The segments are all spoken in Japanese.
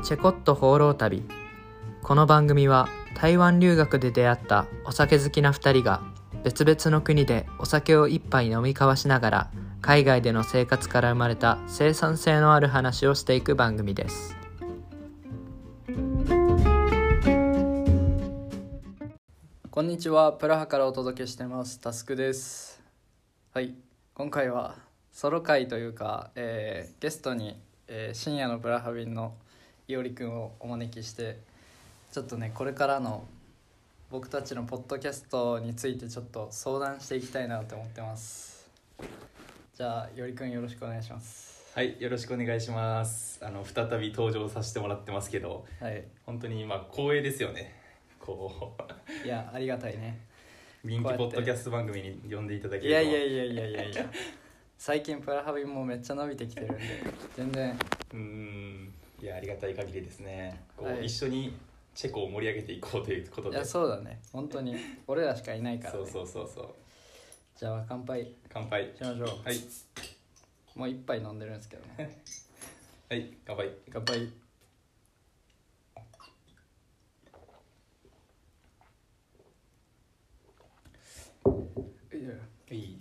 チェコット放浪旅。この番組は台湾留学で出会ったお酒好きな2人が別々の国でお酒を一杯飲み交わしながら海外での生活から生まれた生産性のある話をしていく番組です。こんにちは、プラハからお届けしてますタスクです。はい、今回はソロ会というか、ゲストに、深夜のプラハ便のいおりくんをお招きしてちょっとね、これからの僕たちのポッドキャストについてちょっと相談していきたいなと思ってます。じゃあいおりくんよろしくお願いします。 はい、よろしくお願いします。再び登場させてもらってますけど、 はい、 本当に光栄ですよね。 いやありがたいね。 人気ポッドキャスト番組に呼んでいただけるいや最近プラハ便もめっちゃ伸びてきてるんで全然いやありがたい限りですね。 はい、 一緒にチェコを盛り上げていこうということで。 いやそうだね、本当に俺らしかいないからね。 そうじゃあ乾杯しましょう。はい、 もう一杯飲んでるんですけどねはい乾杯。いい。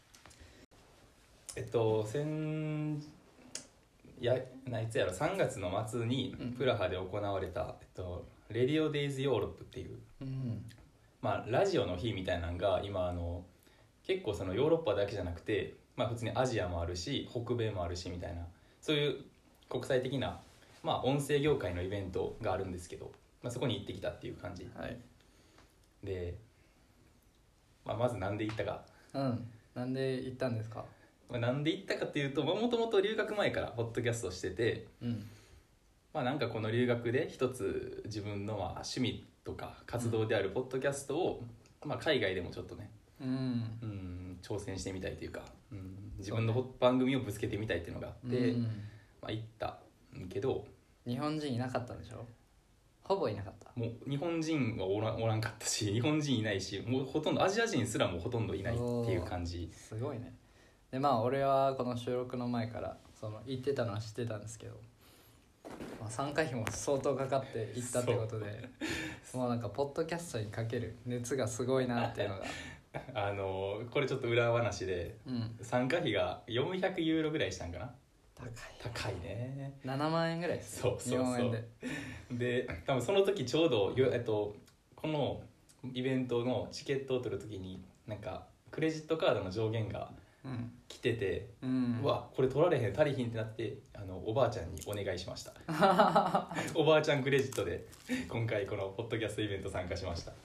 いつやろ、3月の末にプラハで行われた、レディオデイズヨーロップっていう、ラジオの日みたいなのが今結構そのヨーロッパだけじゃなくて、普通にアジアもあるし北米もあるしみたいな、そういう国際的な、音声業界のイベントがあるんですけど、そこに行ってきたっていう感じ、 はい、 で、まずなんで行ったか。 なんで行ったんですか。 なんで行ったかっていうと、もともと留学前からポッドキャストをしてて、なんかこの留学で一つ自分の趣味とか活動であるポッドキャストを、海外でもちょっとね、挑戦してみたいというか、自分の番組をぶつけてみたいっていうのがあって、行ったけど、 日本人いなかったんでしょ。ほぼいなかった。 もう日本人はおらんかったし、日本人いないし、もうほとんどアジア人すらもほとんどいないっていう感じ。 すごいね。で俺はこの収録の前から行ってたのは知ってたんですけど、参加費も相当かかって行ったってことでもうなんかポッドキャストにかける熱がすごいなっていうのがこれちょっと裏話で、参加費が400ユーロぐらいしたんかな。高いね。 7万円ぐらいです、 そう日本円で多分その時ちょうどこのイベントのチケットを取る時になんかクレジットカードの上限が来てて、うわこれ取られへん、足りひんってなって、おばあちゃんにお願いしましたおばあちゃんクレジットで今回このポッドキャストイベント参加しました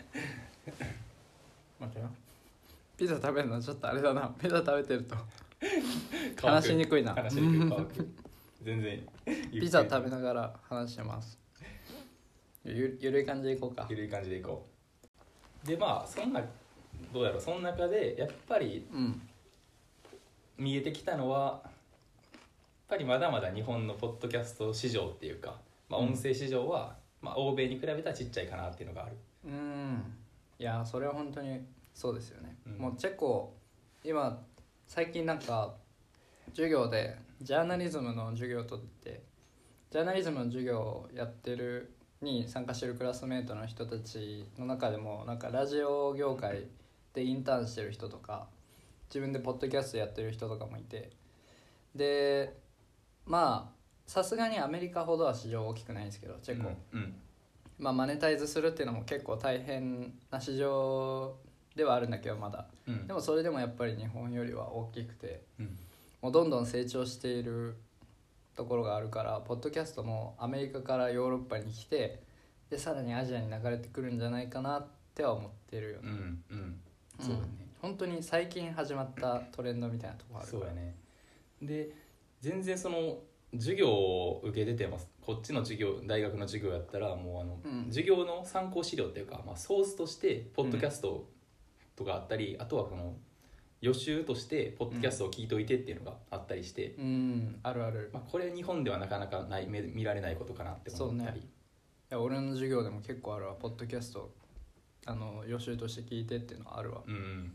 待ってよ、ピザ食べるのちょっとあれだな。ピザ食べてると話しにくいな。 全然ピザ食べながら話してます。ゆるい感じでいこうか。 ゆるい感じでいこう。でそんなどうやろう、その中でやっぱり、見えてきたのはやっぱりまだまだ日本のポッドキャスト市場っていうか、音声市場は、欧米に比べたらちっちゃいかなっていうのがある。 いやそれは本当にそうですよね。もうチェコ今最近なんか授業でジャーナリズムの授業を取って、ジャーナリズムの授業をやってるに参加してるクラスメートの人たちの中でもなんかラジオ業界でインターンしてる人とか自分でポッドキャストやってる人とかもいて、でさすがにアメリカほどは市場大きくないんですけどチェコ、マネタイズするっていうのも結構大変な市場ではあるんだけどまだ、でもそれでもやっぱり日本よりは大きくて、もうどんどん成長しているところがあるから、ポッドキャストもアメリカからヨーロッパに来て、でさらにアジアに流れてくるんじゃないかなっては思ってるよね。 そうだね。 本当に最近始まったトレンドみたいなところある。 そうやね。で全然その授業を受けててます。こっちの授業、大学の授業やったらもう授業の参考資料っていうか、ソースとしてポッドキャストとかあったり、あとはこの予習としてポッドキャストを聞いといてっていうのがあったりして、 あるある。 これ日本ではなかなか見られないことかなって思ったり。 いや俺の授業でも結構あるわ、ポッドキャスト予習として聞いてっていうのはあるわ。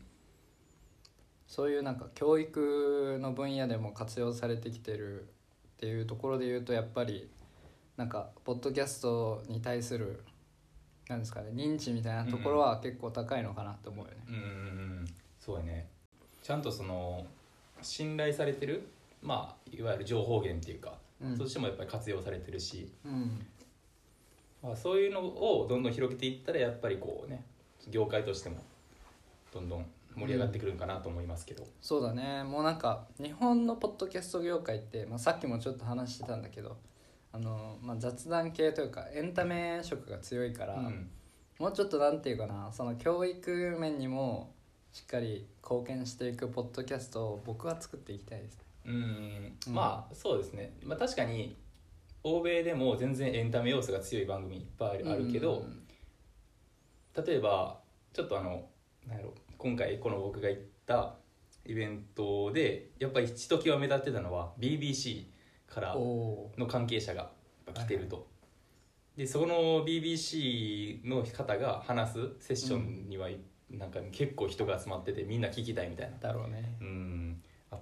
そういうなんか教育の分野でも活用されてきてるっていうところで言うと、やっぱりなんかポッドキャストに対するなんですかね、認知みたいなところは結構高いのかなと思うよね。 そうやね。ちゃんとその信頼されてる、まあいわゆる情報源っていうか、そっちもやっぱり活用されてるし、まあ、そういうのをどんどん広げていったらやっぱりこうね、業界としてもどんどん盛り上がってくるんかなと思いますけど、 そうだね。もうなんか日本のポッドキャスト業界って、さっきもちょっと話してたんだけど、雑談系というかエンタメ色が強いから、もうちょっとなんていうかな、その教育面にもしっかり貢献していくポッドキャストを僕は作っていきたいですね。 まあそうですね、まあ、確かに欧米でも全然エンタメ要素が強い番組いっぱいあるけど、例えばちょっとなんやろ、今回この僕が行ったイベントでやっぱりひときわ目立ってたのは BBC からの関係者が来てると、でその BBC の方が話すセッションにはなんか結構人が集まってて、みんな聞きたいみたいなだろうね、 あって、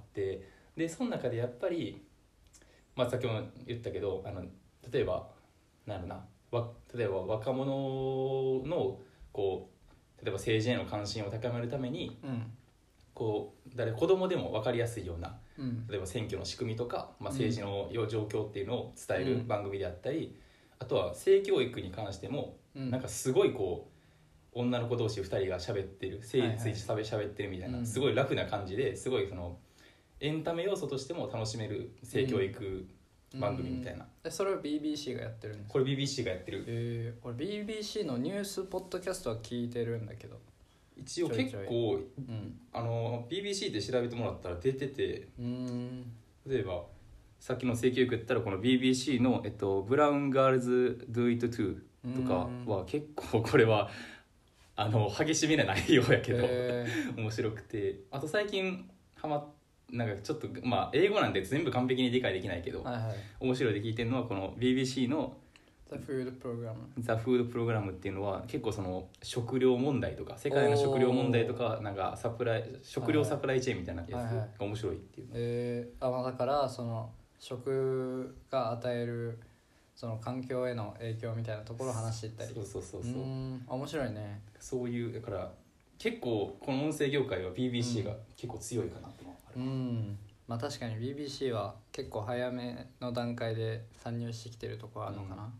でその中でやっぱり、まあ、先ほど言ったけど例えばなんやろな、例えば若者のこう例えば政治への関心を高めるために、こう子供でも分かりやすいような、例えば選挙の仕組みとか、政治の状況っていうのを伝える番組であったり、あとは性教育に関しても、なんかすごいこう女の子同士2人が喋ってる、性について喋ってるみたいな、すごいラフな感じで、すごいそのエンタメ要素としても楽しめる性教育番組みたいな、 それを BBC がやってるんですか？ これ BBC がやってる。 俺 BBC のニュースポッドキャストは聞いてるんだけど、 一応結構BBC で調べてもらったら出てて、例えばさっきの性教育やったらこの BBC の、ブラウンガールズ Do It Too とかは結構これは激しめな内容やけど面白くて、あと最近なんかちょっと英語なんで全部完璧に理解できないけど、面白いで聞いてるのはこの BBC の The Food Program The Food Program っていうのは結構その食料問題とか世界の食料問題とか、なんか食料サプライチェーンみたいなやつが面白いっていう、 だからその食が与えるその環境への影響みたいなところを話していったり、 そう面白いね。 そういうだから結構この音声業界は BBC が結構強いかなと思う。 確かに BBC は結構早めの段階で参入してきてるところあるのかな。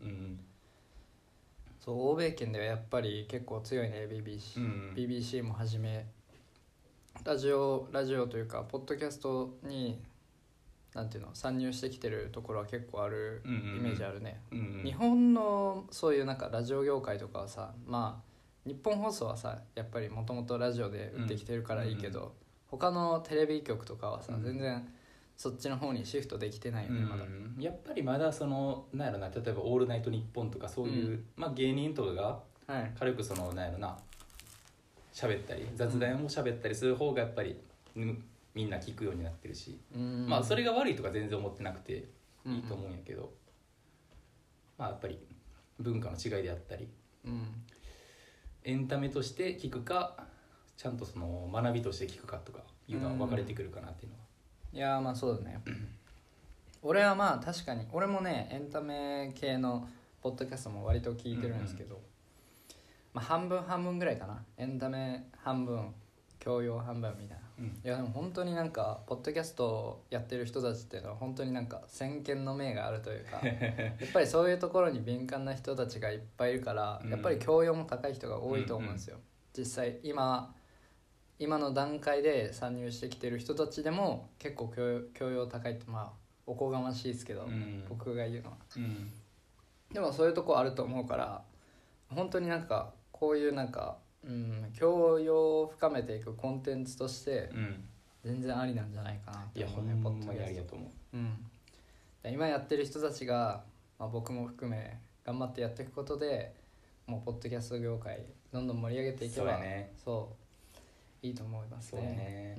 そう欧米圏ではやっぱり結構強いね BBC、BBC もはじめラジオというかポッドキャストになんていうの参入してきてるところは結構あるイメージあるね。日本のそういうなんかラジオ業界とかはさ、日本放送はさやっぱりもともとラジオで売ってきてるからいいけど、他のテレビ局とかはさ、全然そっちの方にシフトできてないよね、まだ。 やっぱりまだそのなんやろな、例えば「オールナイトニッポン」とかそういう、芸人とかが軽くそのなんやろな喋ったり雑談を喋ったりする方がやっぱりみんな聞くようになってるし、それが悪いとか全然思ってなくていいと思うんやけど、やっぱり文化の違いであったり、エンタメとして聞くかちゃんとその学びとして聞くかとかいうのは分かれてくるかなっていうのは。 いやそうだね俺は確かに俺もねエンタメ系のポッドキャストも割と聞いてるんですけど、半分半分ぐらいかな。エンタメ半分教養半分みたいな、いやでも本当になんかポッドキャストをやってる人たちっていうのは本当になんか先見の明があるというかやっぱりそういうところに敏感な人たちがいっぱいいるから、やっぱり教養も高い人が多いと思うんですよ。実際今の段階で参入してきてる人たちでも結構教養高いっておこがましいですけど、僕が言うのは、でもそういうとこあると思うから、本当になんかこういうなんか、教養を深めていくコンテンツとして全然ありなんじゃないかなって思うね。 ほんまにありだと思う。 今やってる人たちが、僕も含め頑張ってやっていくことでもうポッドキャスト業界どんどん盛り上げていけばいいと思いますね。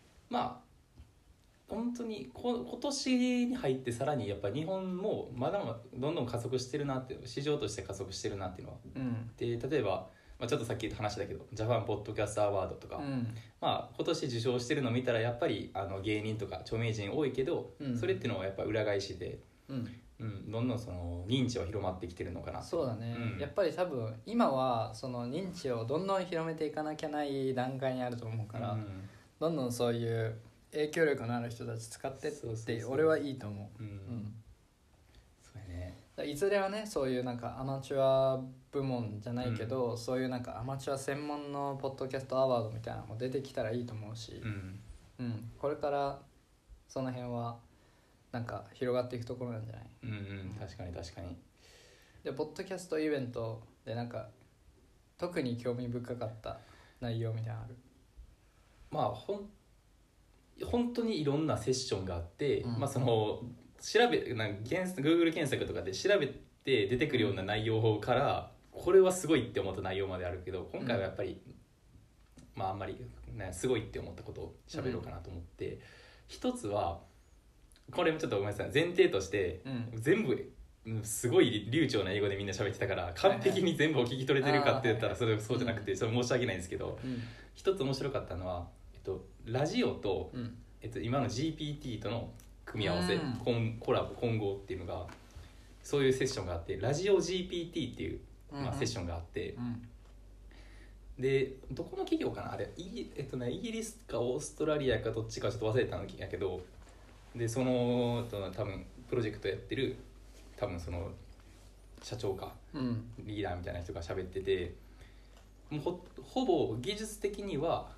本当に今年に入ってさらにやっぱり日本もまだまだどんどん加速してるなって、市場として加速してるなっていうのは、で例えば、ちょっとさっき話したけどジャパンポッドキャストアワードとか、今年受賞してるのを見たらやっぱり芸人とか著名人多いけど、それっていうのはやっぱ裏返しで、 どんどんその認知は広まってきてるのかな。 そうだね、やっぱり多分今はその認知をどんどん広めていかなきゃない段階にあると思うから、どんどんそういう影響力のある人たち使ってって俺はいいと思う。 そうやね。 いずれはねそういうなんかアマチュア部門じゃないけど、そういうなんかアマチュア専門のポッドキャストアワードみたいなのも出てきたらいいと思うし、これからその辺はなんか広がっていくところなんじゃない？ 確かに確かに。 でポッドキャストイベントでなんか特に興味深かった内容みたいなのある？ まあ本当にいろんなセッションがあって、そのGoogle 検索とかで調べて出てくるような内容からこれはすごいって思った内容まであるけど、今回はやっぱり、あんまり、すごいって思ったことを喋ろうかなと思って、一つはこれもちょっとごめんなさい、前提として、全部すごい流暢な英語でみんな喋ってたから完璧に全部を聞き取れてるかって言ったらそうじゃなくて、それ申し訳ないんですけど、一つ面白かったのは、ラジオと、今の GPT との組み合わせ、コラボ混合っていうのがそういうセッションがあって、ラジオ GPT っていう、セッションがあって、でどこの企業かなあれ、イギリスかオーストラリアかどっちかちょっと忘れたんやけど、でその多分プロジェクトやってる多分その社長か、リーダーみたいな人が喋ってて、もうほぼ技術的には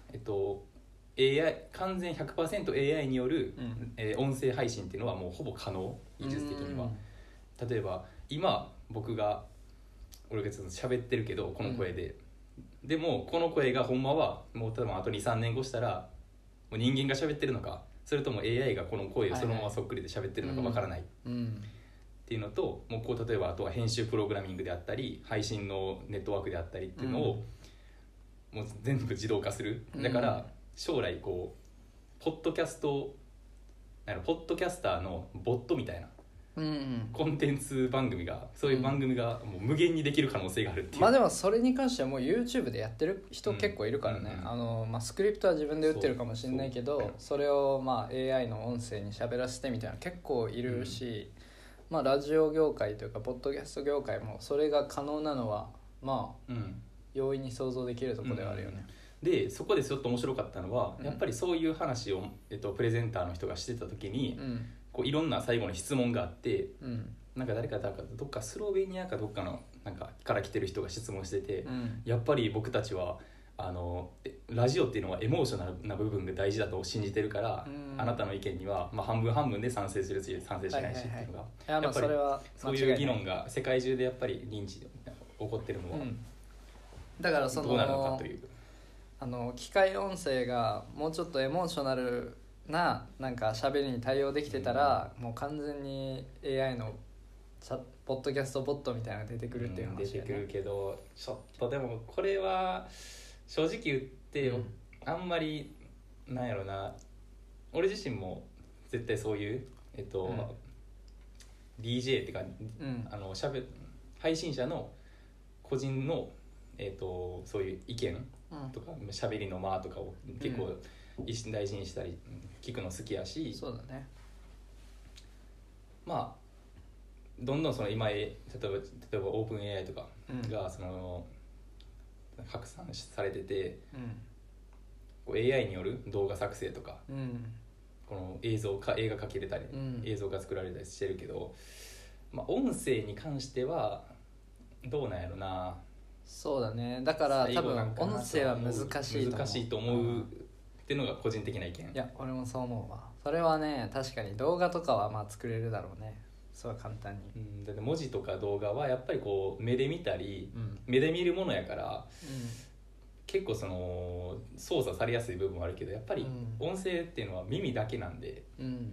AI 完全 100% AI による、音声配信っていうのはもうほぼ可能、技術的には。例えば今俺がちょっと喋ってるけどこの声で、でもこの声がほんまはもう多分あと 2,3 年後したらもう人間が喋ってるのか、それとも AI がこの声をそのままそっくりで喋ってるのかわからない、っていうのと、もう例えばあとは編集プログラミングであったり配信のネットワークであったりっていうのを、もう全部自動化する。だから将来ポッドキャスターのボットみたいな、コンテンツ番組が、そういう番組がもう無限にできる可能性があるっていう。 でもそれに関してはもう YouTube でやってる人結構いるからね、スクリプトは自分で打ってるかもしれないけど、それをAI の音声に喋らせてみたいな結構いるし、ラジオ業界というかポッドキャスト業界もそれが可能なのは容易に想像できるところではあるよね。 でそこでちょっと面白かったのは、やっぱりそういう話を、プレゼンターの人がしてた時に、いろんな最後の質問があって、なんか誰かどっかスロベニアかどっかのなんかから来てる人が質問してて、やっぱり僕たちはラジオっていうのはエモーショナルな部分が大事だと信じてるから、あなたの意見には、半分半分で賛成するし賛成しないしっていうのが、やっぱりそういう議論が世界中でやっぱり認知起こってるのは、 だからそのどうなるのかという。 機械音声がもうちょっとエモーショナルななんか喋りに対応できてたら、もう完全に AI のポッドキャストボットみたいなのが出てくるっていう話、 出てくるけど、ちょっとでもこれは正直言って、あんまりなんやろな、俺自身も絶対そういうDJ っていうか、配信者の個人のそういう意見とか喋りの間とかを結構大事にしたり聞くの好きやし、 そうだね。 どんどんその今例えばオープン AI とかがその拡散されてて、AI による動画作成とか、この映画化けれたり、映像が作られたりしてるけど、音声に関してはどうなんやろな。 そうだね。だから多分音声は難しいと思うっていうのが個人的な意見。 いや俺もそう思うわ。それはね、確かに動画とかは作れるだろうね、そう簡単に。 だって文字とか動画はやっぱり目で見たり、目で見るものやから、結構その操作されやすい部分はあるけど、やっぱり音声っていうのは耳だけなんで、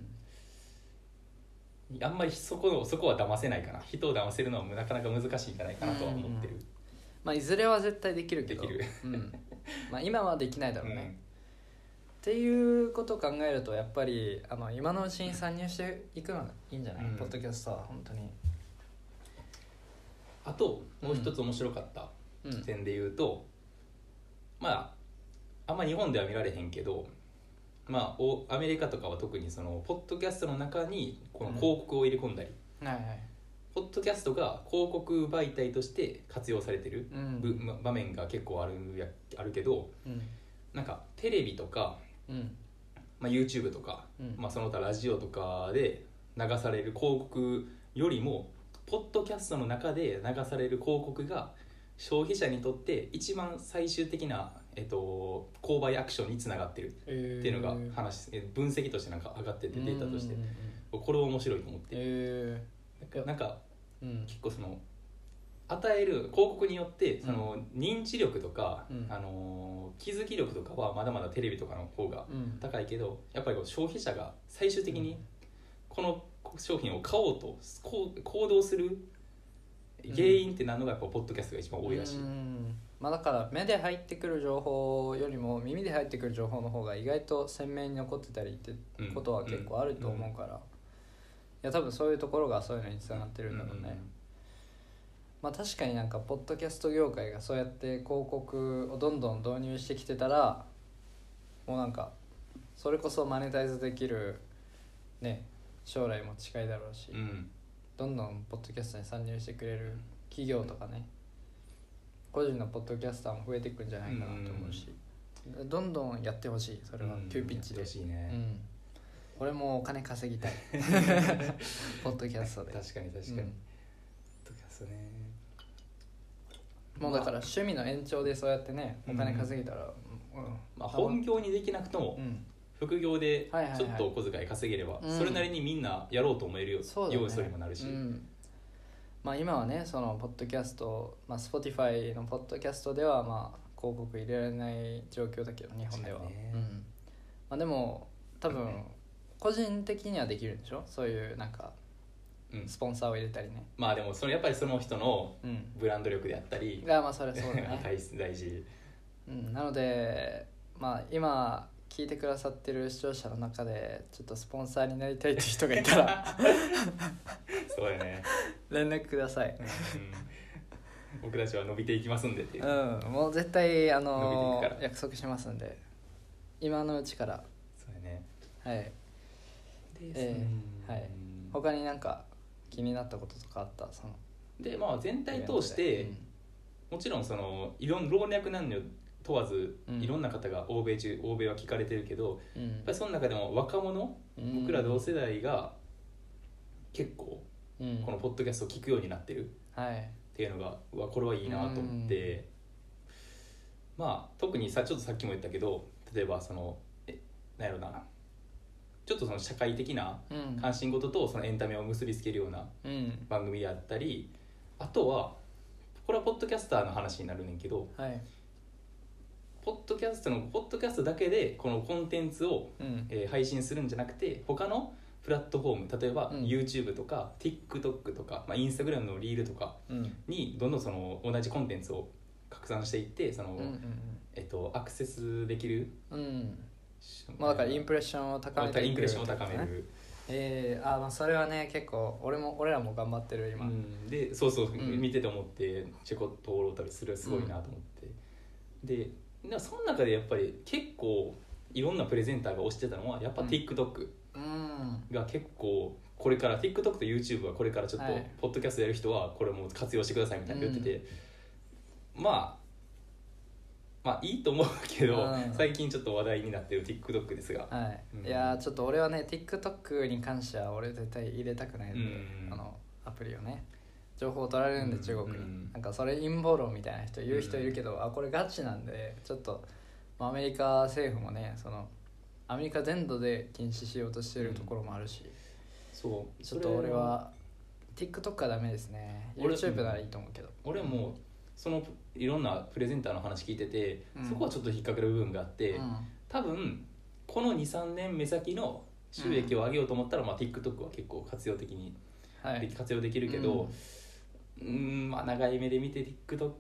あんまりそこは騙せないかな。人を騙せるのはなかなか難しいんじゃないかなとは思ってる。 いずれは絶対できるけど、 できる今はできないだろうね、っていうことを考えると、やっぱり今のうちに参入していくのがいいんじゃない、ポッドキャストは本当に。 あともう一つ面白かった点で言うと、あんま日本では見られへんけど、アメリカとかは特にそのポッドキャストの中にこの広告を入れ込んだり、 はいはい、 ポッドキャストが広告媒体として活用されてる、 うん、 場面が結構あるけど、 うん、 なんかテレビとか、 うん、 まあ、YouTube とか、 うん、 まあ、その他ラジオとかで流される広告よりもポッドキャストの中で流される広告が消費者にとって一番最終的な、購買アクションにつながってるっていうのが分析としてなんか上がっててデータとして、これ面白いと思って、なんか、うん、結構その与える広告によってその認知力とか、うん、気づき力とかはまだまだテレビとかの方が高いけど、やっぱり消費者が最終的にこの商品を買おうと行動する原因ってなるのがやっぱポッドキャストが一番多いらしい。 まあ、だから目で入ってくる情報よりも耳で入ってくる情報の方が意外と鮮明に残ってたりってことは結構あると思うから、いや多分そういうところがそういうのにつながってるんだろうね。まあ確かになんかポッドキャスト業界がそうやって広告をどんどん導入してきてたら、もうなんかそれこそマネタイズできるね将来も近いだろうし、どんどんポッドキャストに参入してくれる企業とかね、個人のポッドキャスターも増えていくんじゃないかなと思うし、どんどんやってほしい。それは急ピッチで、俺もお金稼ぎたいポッドキャストで。 確かに、ポッドキャストね。 もうだから趣味の延長でそうやってねお金稼げたら、 まあ、本業にできなくとも、副業でちょっとお小遣い稼げれば、それなりにみんなやろうと思えるよう要素にもなるし、まあ、 今はねそのポッドキャスト、まあ、Spotify のポッドキャストではまあ広告入れられない状況だけど日本では、まあ、でも多分個人的にはできるんでしょ、そういうなんかスポンサーを入れたりね。 まあでもそれやっぱりその人のブランド力であったりが、まあそれそうだね大事、 なのでまあ今聞いてくださってる視聴者の中でちょっとスポンサーになりたいという人がいたらそうやね連絡ください、 僕たちは伸びていきますんでっていう、 もう絶対約束しますんで今のうちから。 そうやね。 はいはい。他になんか気になったこととかあった？そのでまあ全体通して、もちろんその老若男女問わず、いろんな方が欧米は聞かれてるけど、やっぱりその中でも若者、僕ら同世代が結構このポッドキャストを聞くようになってるっていうのが、これはいいなと思って、まあ特にちょっとさっきも言ったけど、例えばそのなんやろな、ちょっとその社会的な関心事とそのエンタメを結びつけるような番組であったり、あとはこれはポッドキャスターの話になるねんけど、ポッドキャストだけでこのコンテンツを、配信するんじゃなくて、他のプラットフォーム、例えば YouTube とか TikTok とか、Instagram のリールとかにどんどんその同じコンテンツを拡散していって、その、アクセスできる、 まあ、だからインプレッションを高めていく、 インプレッションを高める、 まあそれはね結構俺らも頑張ってる今、 でそう、見てて思ってチェコ通ろうたりする、すごいなと思って、でその中でやっぱり結構いろんなプレゼンターが推してたのはやっぱ TikTok が結構これから TikTok と YouTube はこれからちょっとポッドキャストやる人はこれも活用してくださいみたいな言ってて、まあいいと思うけど、最近ちょっと話題になってる TikTok ですが、 いやちょっと俺はね TikTok に関しては俺絶対入れたくないので、アプリをね情報を取られるんで中国に、なんかそれ陰謀論みたいな言う人いるけど、これガチなんでちょっと、アメリカ政府もねそのアメリカ全土で禁止しようとしてるところもあるし、 そうちょっと俺は TikTok はダメですね。 YouTube ならいいと思うけど、 俺もそのいろんなプレゼンターの話聞いてて、そこはちょっと引っ掛ける部分があって、多分この 2,3 年目先の収益を上げようと思ったら、TikTok は結構活用できるけど、長い目で見て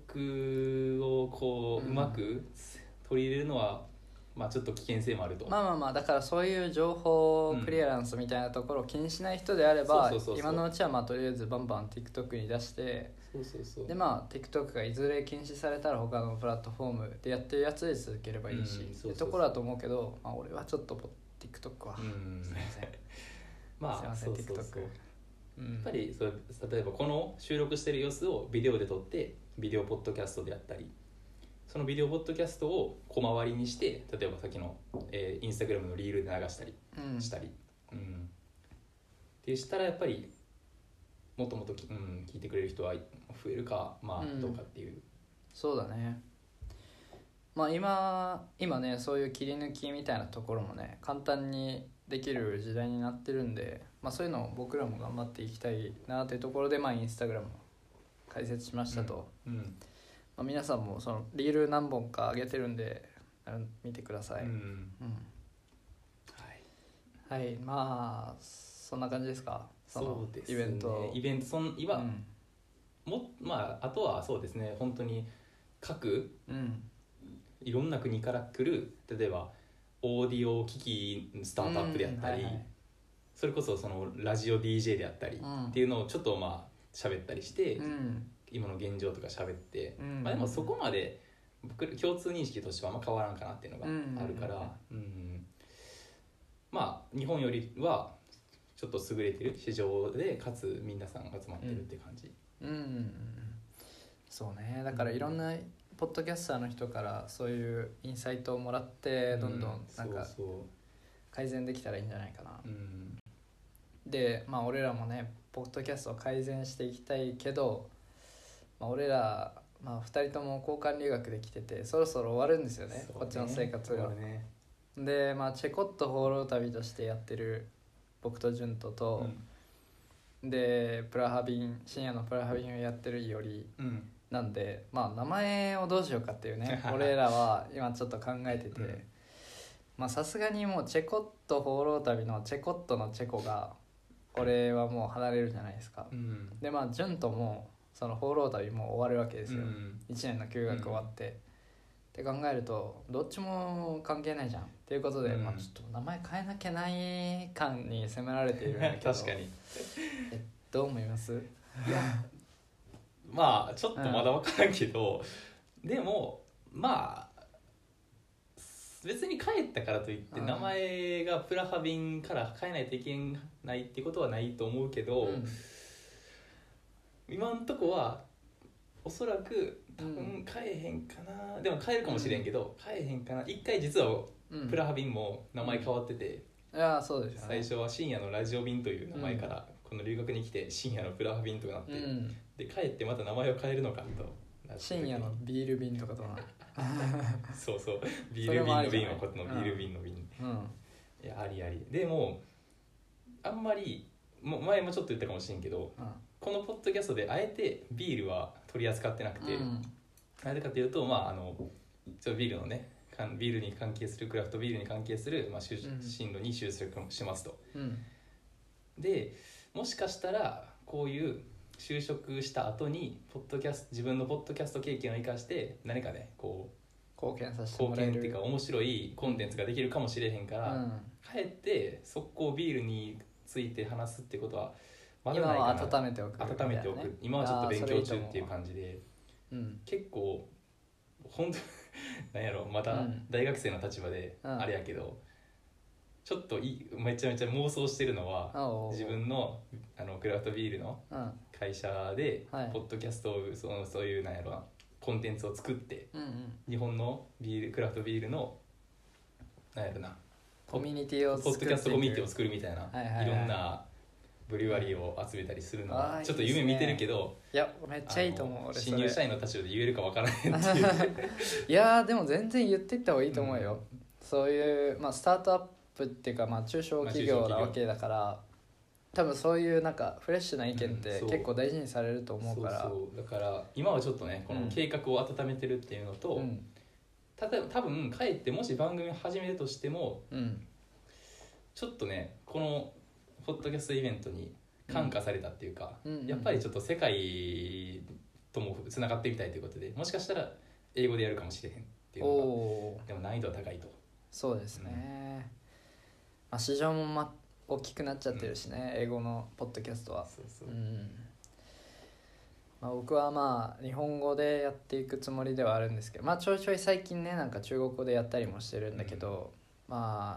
TikTok をこう、うまく取り入れるのはちょっと危険性もあると。 だからそういう情報クリアランスみたいなところを気にしない人であれば、今のうちはとりあえずバンバン TikTok に出して、でTikTok がいずれ禁止されたら他のプラットフォームでやってるやつで続ければいいし、ってところだと思うけど、俺はちょっと TikTok はすいませんすいません TikTok。 っぱり例えばこの収録してる様子をビデオで撮ってビデオポッドキャストでやったり、そのビデオポッドキャストを小回りにして例えばさっきの、インスタグラムのリールで流したりしたり、ってしたらやっぱりもっともっと聞いてくれる人は増えるかまあどうかっていう、 そうだね。まあ今ねそういう切り抜きみたいなところもね簡単にできる時代になってるんで、まあ、そういうのを僕らも頑張っていきたいなというところで、まあ、インスタグラムを開設しましたと、まあ、皆さんもそのリール何本か上げてるんで見てください、はい、まあそんな感じですか。 そうですね、 イベント今、まああとはそうですね、本当に各、いろんな国から来る例えばオーディオ機器スタートアップであったり、それこそそのラジオ DJ であったりっていうのをちょっとまあ喋ったりして、今の現状とか喋って、まあ、でもそこまで僕共通認識としてはあんま変わらんかなっていうのがあるから、まあ日本よりはちょっと優れてる市場でかつ皆さんが集まってるって感じ、 そうね。だからいろんなポッドキャスターの人からそういうインサイトをもらってどんどんなんか改善できたらいいんじゃないかな、でまあ俺らもねポッドキャストを改善していきたいけど、まあ、俺ら、まあ、2人とも交換留学できててそろそろ終わるんですよ ねこっちの生活が、で、まあ、チェコット放浪旅としてやってる僕と潤人と、でプラハ便深夜のプラハ便をやってるいおり、なんで、まあ、名前をどうしようかっていうね俺らは今ちょっと考えてて、まあさすがにもうチェコット放浪旅のチェコットのチェコが俺はもう離れるじゃないですか、でまあ潤ともその放浪旅もう終わるわけですよ、1年の休学終わって、って考えるとどっちも関係ないじゃんっていうことで、まあ、ちょっと名前変えなきゃない感に迫られているんだけど確かにどう思います？ いやまあちょっとまだ分からんけど、でもまあ別に帰ったからといって名前がプラハ便から変えないといけないってことはないと思うけど、今んとこはおそらく多分変えへんかな、でも変えるかもしれんけど、変えへんかな。一回実はプラハ便も名前変わってて、 いやそうですよね、 最初は深夜のラジオ便という名前から、この留学に来て深夜のプラハ便となって、で帰ってまた名前を変えるのかとなって、 深夜のビール便とかとなそうそう、ビール便の便はこっちのビール便の便、いやありあり。でもあんまり前もちょっと言ったかもしれんけど、このポッドキャストであえてビールは取り扱ってなくて、あれかというと、まあちょビールのね、ビールに関係するクラフトビールに関係する、まあ、進路に就職しますと、でもしかしたらこういう就職した後に自分のポッドキャスト経験を生かして何かねこう貢献させてもらえる、 貢献っていうか面白いコンテンツができるかもしれへんから、帰って速攻ビールについて話すってことはまだないかな。 今は温めておく、 今はちょっと勉強中っていう感じで、結構本当なんやろ、また大学生の立場であれやけど、ちょっとめちゃめちゃ妄想してるのは、自分のクラフトビールの会社でポッドキャストをそういうなんやろなコンテンツを作って、日本のクラフトビールのなんやろなコミュニティをポッドキャストコミュニティを作るみたいな、いろんなブリュワリーを集めたりするのはちょっと夢見てるけど、 いやめっちゃいいと思う。俺新入社員の立場で言えるか分からへんっていういやでも全然言っていった方がいいと思うよ、そういう、まあ、スタートアップっていうか、まあ、中小企業なわけだから、多分そういうなんかフレッシュな意見って結構大事にされると思うから、 そうだから今はちょっとねこの計画を温めてるっていうのと、例えば多分帰ってもし番組を始めるとしても、ちょっとねこのポッドキャストイベントに感化されたっていうか、やっぱりちょっと世界ともつながってみたいということで、もしかしたら英語でやるかもしれへんっていうのが、でも難易度は高いと。 そうですね、まあ、市場も大きくなっちゃってるしね、英語のポッドキャストは。まあ、僕はまあ日本語でやっていくつもりではあるんですけど、まあちょいちょい最近ねなんか中国語でやったりもしてるんだけど、まあ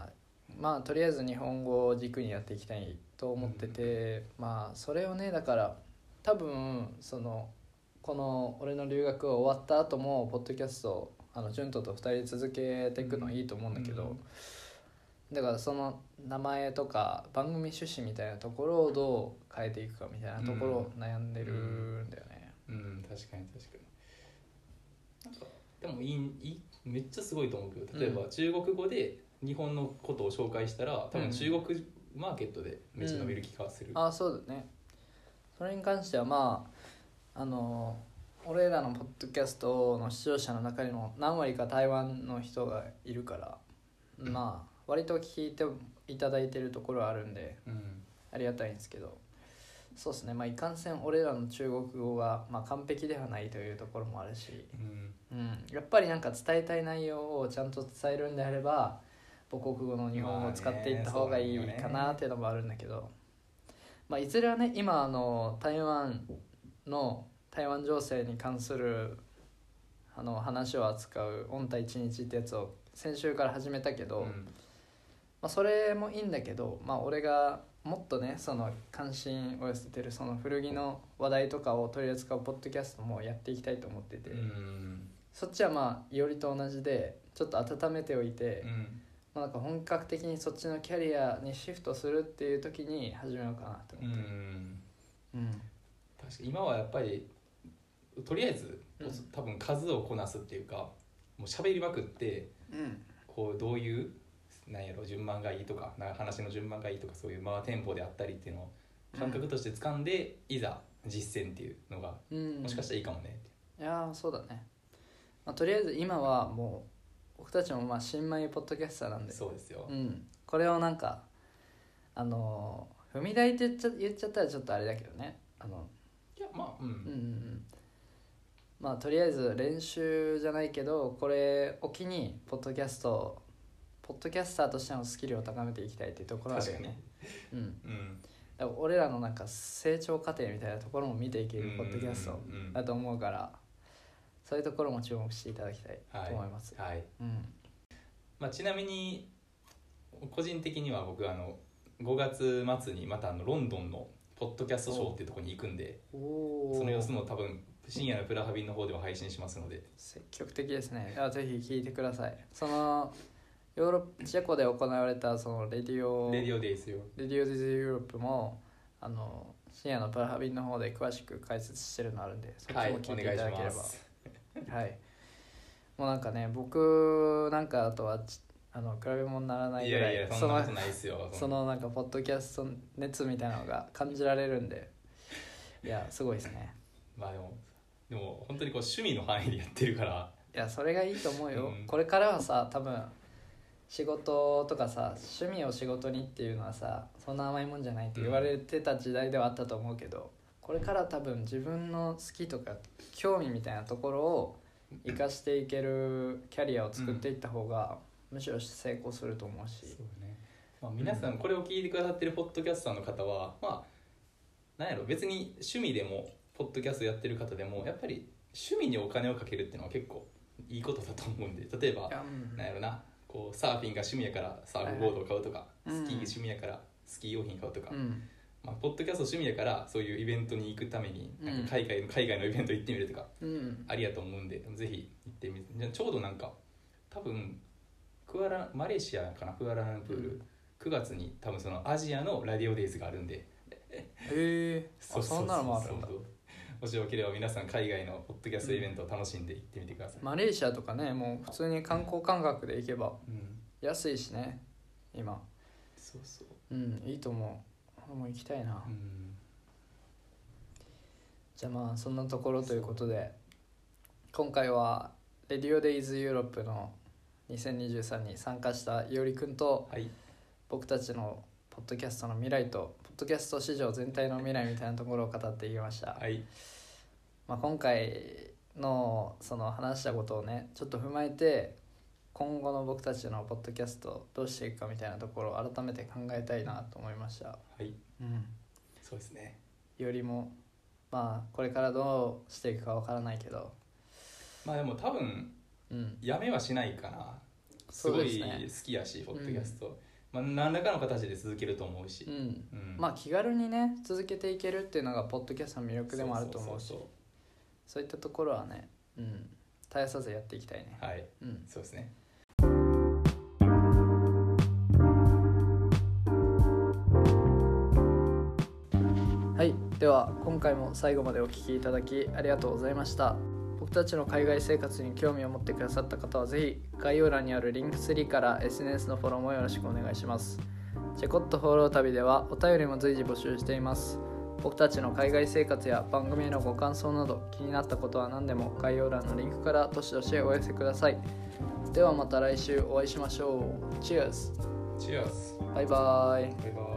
まあとりあえず日本語を軸にやっていきたいと思ってて、まあそれをねだから多分この俺の留学が終わった後もポッドキャストを潤人と2人で続けていくのいいと思うんだけど、だからその名前とか番組趣旨みたいなところをどう変えていくかみたいなところを悩んでるんだよね。 確かになんかでもめっちゃすごいと思うけど、例えば中国語で日本のことを紹介したら多分中国マーケットでめっちゃ伸びる気がする。 そうだね。それに関してはまあ俺らのポッドキャストの視聴者の中にも何割か台湾の人がいるから、まあ割と聞いていただいてるところはあるんで、ありがたいんですけど、そうですね、まあいかんせん俺らの中国語が、まあ、完璧ではないというところもあるし、やっぱりなんか伝えたい内容をちゃんと伝えるんであれば母国語の日本語を使っていった方がいいかなっていうのもあるんだけど、まあ、いずれはね今台湾情勢に関する話を扱うオンタ1日ってやつを先週から始めたけど、まあ、それもいいんだけど、まあ、俺がもっとねその関心を寄せてるその古着の話題とかを取り扱うポッドキャストもやっていきたいと思ってて、そっちはまあいおりと同じでちょっと温めておいて、まあ、なんか本格的にそっちのキャリアにシフトするっていう時に始めようかなと思って、 確かに今はやっぱりとりあえず、多分数をこなすっていうかもう喋りまくって、こうどういうなんやろ順番がいいとか話の順番がいいとかそういうテンポであったりっていうのを感覚として掴んで、いざ実践っていうのが、もしかしたらいいかもね。 いやそうだね、まあ、とりあえず今はもう僕たちもまあ新米ポッドキャスターなんで、 そうですよ、 これをなんか踏み台って言っちゃったらちょっとあれだけどね、 いやまあまあとりあえず練習じゃないけどこれを機にポッドキャスターとしてのスキルを高めていきたいっていうところあるよね。だから俺らのなんか成長過程みたいなところも見ていけるポッドキャストだと思うから、そういうところも注目していただきたいと思います。 まあ、ちなみに個人的には僕5月末にまたロンドンのポッドキャストショーっていうところに行くんで、その様子も多分深夜のプラハビンの方では配信しますので積極的ですね。ぜひ聞いてください。そのヨーロッパチェコで行われたそのレディオデイズヨーロップも深夜のプラハビンの方で詳しく解説してるのあるんで、そっちも聞いていただければ。はい、もうなんかね僕なんかあとは比べ物にならないぐらい、 そんなことないですよ。 そのなんかポッドキャスト熱みたいなのが感じられるんで、いやすごいですね。 まあでも本当にこう趣味の範囲でやってるから、 いやそれがいいと思うよ、これからはさ多分仕事とかさ趣味を仕事にっていうのはさそんな甘いもんじゃないって言われてた時代ではあったと思うけど、これから多分自分の好きとか興味みたいなところを生かしていけるキャリアを作っていった方が、むしろ成功すると思うし、 そうね、まあ、皆さんこれを聞いてくださってるポッドキャスターの方はまあなんやろ別に趣味でもポッドキャストやってる方でもやっぱり趣味にお金をかけるっていうのは結構いいことだと思うんで、例えばなんやろなこうサーフィンが趣味やからサーフボードを買うとか、スキーが趣味やからスキー用品買うとか、まあ、ポッドキャスト趣味やからそういうイベントに行くためになんか海外のイベント行ってみるとか、ありやと思うんでぜひ行ってみて。ちょうどなんか多分マレーシアかなクアラルンプール、9月に多分そのアジアのラディオデイズがあるんで、 そんなのもあるんだ。 もしよければ皆さん海外のポッドキャストイベントを楽しんで行ってみてください。 マレーシアとかねもう普通に観光感覚で行けば安いしね、今いいと思う。もう行きたいな。じゃあまあそんなところということで、今回はレディオデイズユーロップの2023に参加したいおりくんと、僕たちのポッドキャストの未来とポッドキャスト市場全体の未来みたいなところを語っていきました。まあ、今回のその話したことをねちょっと踏まえて今後の僕たちのポッドキャストどうしていくかみたいなところを改めて考えたいなと思いました。 そうですね。 よりもまあこれからどうしていくかわからないけど、 まあでも多分やめはしないかな。すごい好きやしポッドキャスト、 何らかの形で続けると思うし、 まあ気軽にね続けていけるっていうのがポッドキャストの魅力でもあると思うし、そういったところはね、絶やさずやっていきたいね。 はい、そうですね。 はい、では今回も最後までお聞きいただきありがとうございました。僕たちの海外生活に興味を持ってくださった方はぜひ概要欄にあるリンク3から SNS のフォローもよろしくお願いします。チェコットフォロー旅ではお便りも随時募集しています。僕たちの海外生活や番組へのご感想など気になったことは何でも概要欄のリンクからどしどしお寄せください。ではまた来週お会いしましょう。Cheers! Cheers! バイバイ。 バイバイ。